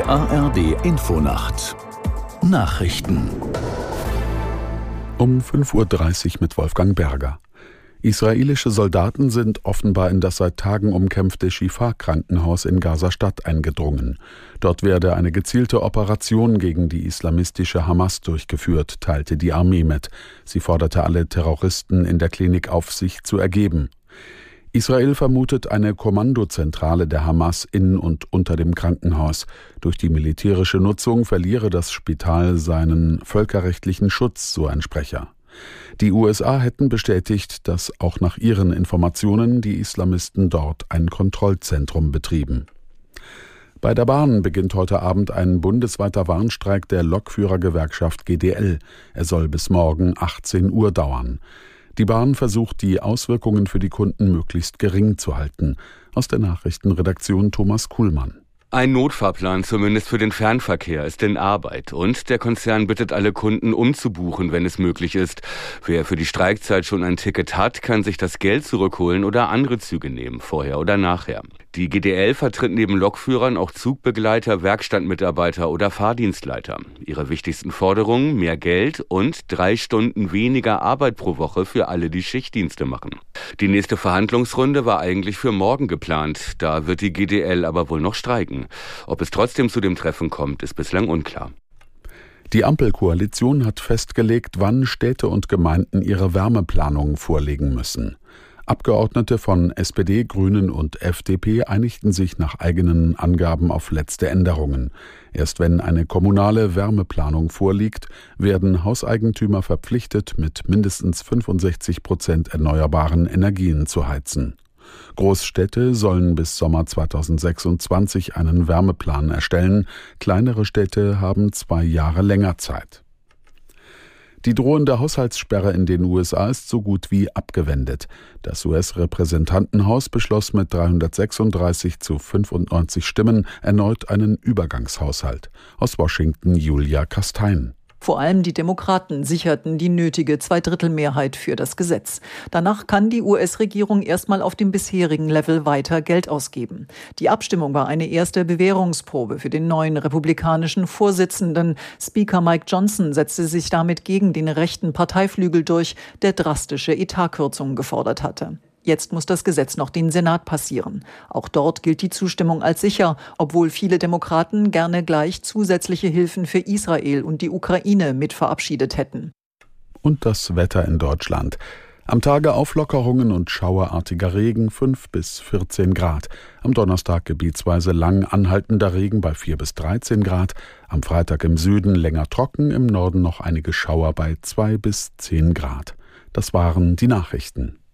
ARD Infonacht Nachrichten um 5:30 Uhr mit Wolfgang Berger. Israelische Soldaten sind offenbar in das seit Tagen umkämpfte Shifa-Krankenhaus in Gaza-Stadt eingedrungen. Dort werde eine gezielte Operation gegen die islamistische Hamas durchgeführt, teilte die Armee mit. Sie forderte alle Terroristen in der Klinik auf, sich zu ergeben. Israel vermutet eine Kommandozentrale der Hamas in und unter dem Krankenhaus. Durch die militärische Nutzung verliere das Spital seinen völkerrechtlichen Schutz, so ein Sprecher. Die USA hätten bestätigt, dass auch nach ihren Informationen die Islamisten dort ein Kontrollzentrum betrieben. Bei der Bahn beginnt heute Abend ein bundesweiter Warnstreik der Lokführergewerkschaft GDL. Er soll bis morgen 18 Uhr dauern. Die Bahn versucht, die Auswirkungen für die Kunden möglichst gering zu halten. Aus der Nachrichtenredaktion Thomas Kuhlmann. Ein Notfahrplan, zumindest für den Fernverkehr, ist in Arbeit. Und der Konzern bittet alle Kunden umzubuchen, wenn es möglich ist. Wer für die Streikzeit schon ein Ticket hat, kann sich das Geld zurückholen oder andere Züge nehmen, vorher oder nachher. Die GDL vertritt neben Lokführern auch Zugbegleiter, Werkstattmitarbeiter oder Fahrdienstleiter. Ihre wichtigsten Forderungen: mehr Geld und 3 Stunden weniger Arbeit pro Woche für alle, die Schichtdienste machen. Die nächste Verhandlungsrunde war eigentlich für morgen geplant. Da wird die GDL aber wohl noch streiken. Ob es trotzdem zu dem Treffen kommt, ist bislang unklar. Die Ampelkoalition hat festgelegt, wann Städte und Gemeinden ihre Wärmeplanung vorlegen müssen. Abgeordnete von SPD, Grünen und FDP einigten sich nach eigenen Angaben auf letzte Änderungen. Erst wenn eine kommunale Wärmeplanung vorliegt, werden Hauseigentümer verpflichtet, mit mindestens 65% erneuerbaren Energien zu heizen. Großstädte sollen bis Sommer 2026 einen Wärmeplan erstellen. Kleinere Städte haben 2 Jahre länger Zeit. Die drohende Haushaltssperre in den USA ist so gut wie abgewendet. Das US-Repräsentantenhaus beschloss mit 336 zu 95 Stimmen erneut einen Übergangshaushalt. Aus Washington Julia Kastein. Vor allem die Demokraten sicherten die nötige Zweidrittelmehrheit für das Gesetz. Danach kann die US-Regierung erstmal auf dem bisherigen Level weiter Geld ausgeben. Die Abstimmung war eine erste Bewährungsprobe für den neuen republikanischen Vorsitzenden. Speaker Mike Johnson setzte sich damit gegen den rechten Parteiflügel durch, der drastische Etatkürzungen gefordert hatte. Jetzt muss das Gesetz noch den Senat passieren. Auch dort gilt die Zustimmung als sicher, obwohl viele Demokraten gerne gleich zusätzliche Hilfen für Israel und die Ukraine mit verabschiedet hätten. Und das Wetter in Deutschland. Am Tage Auflockerungen und schauerartiger Regen, 5 bis 14 Grad. Am Donnerstag gebietsweise lang anhaltender Regen bei 4 bis 13 Grad. Am Freitag im Süden länger trocken, im Norden noch einige Schauer bei 2 bis 10 Grad. Das waren die Nachrichten.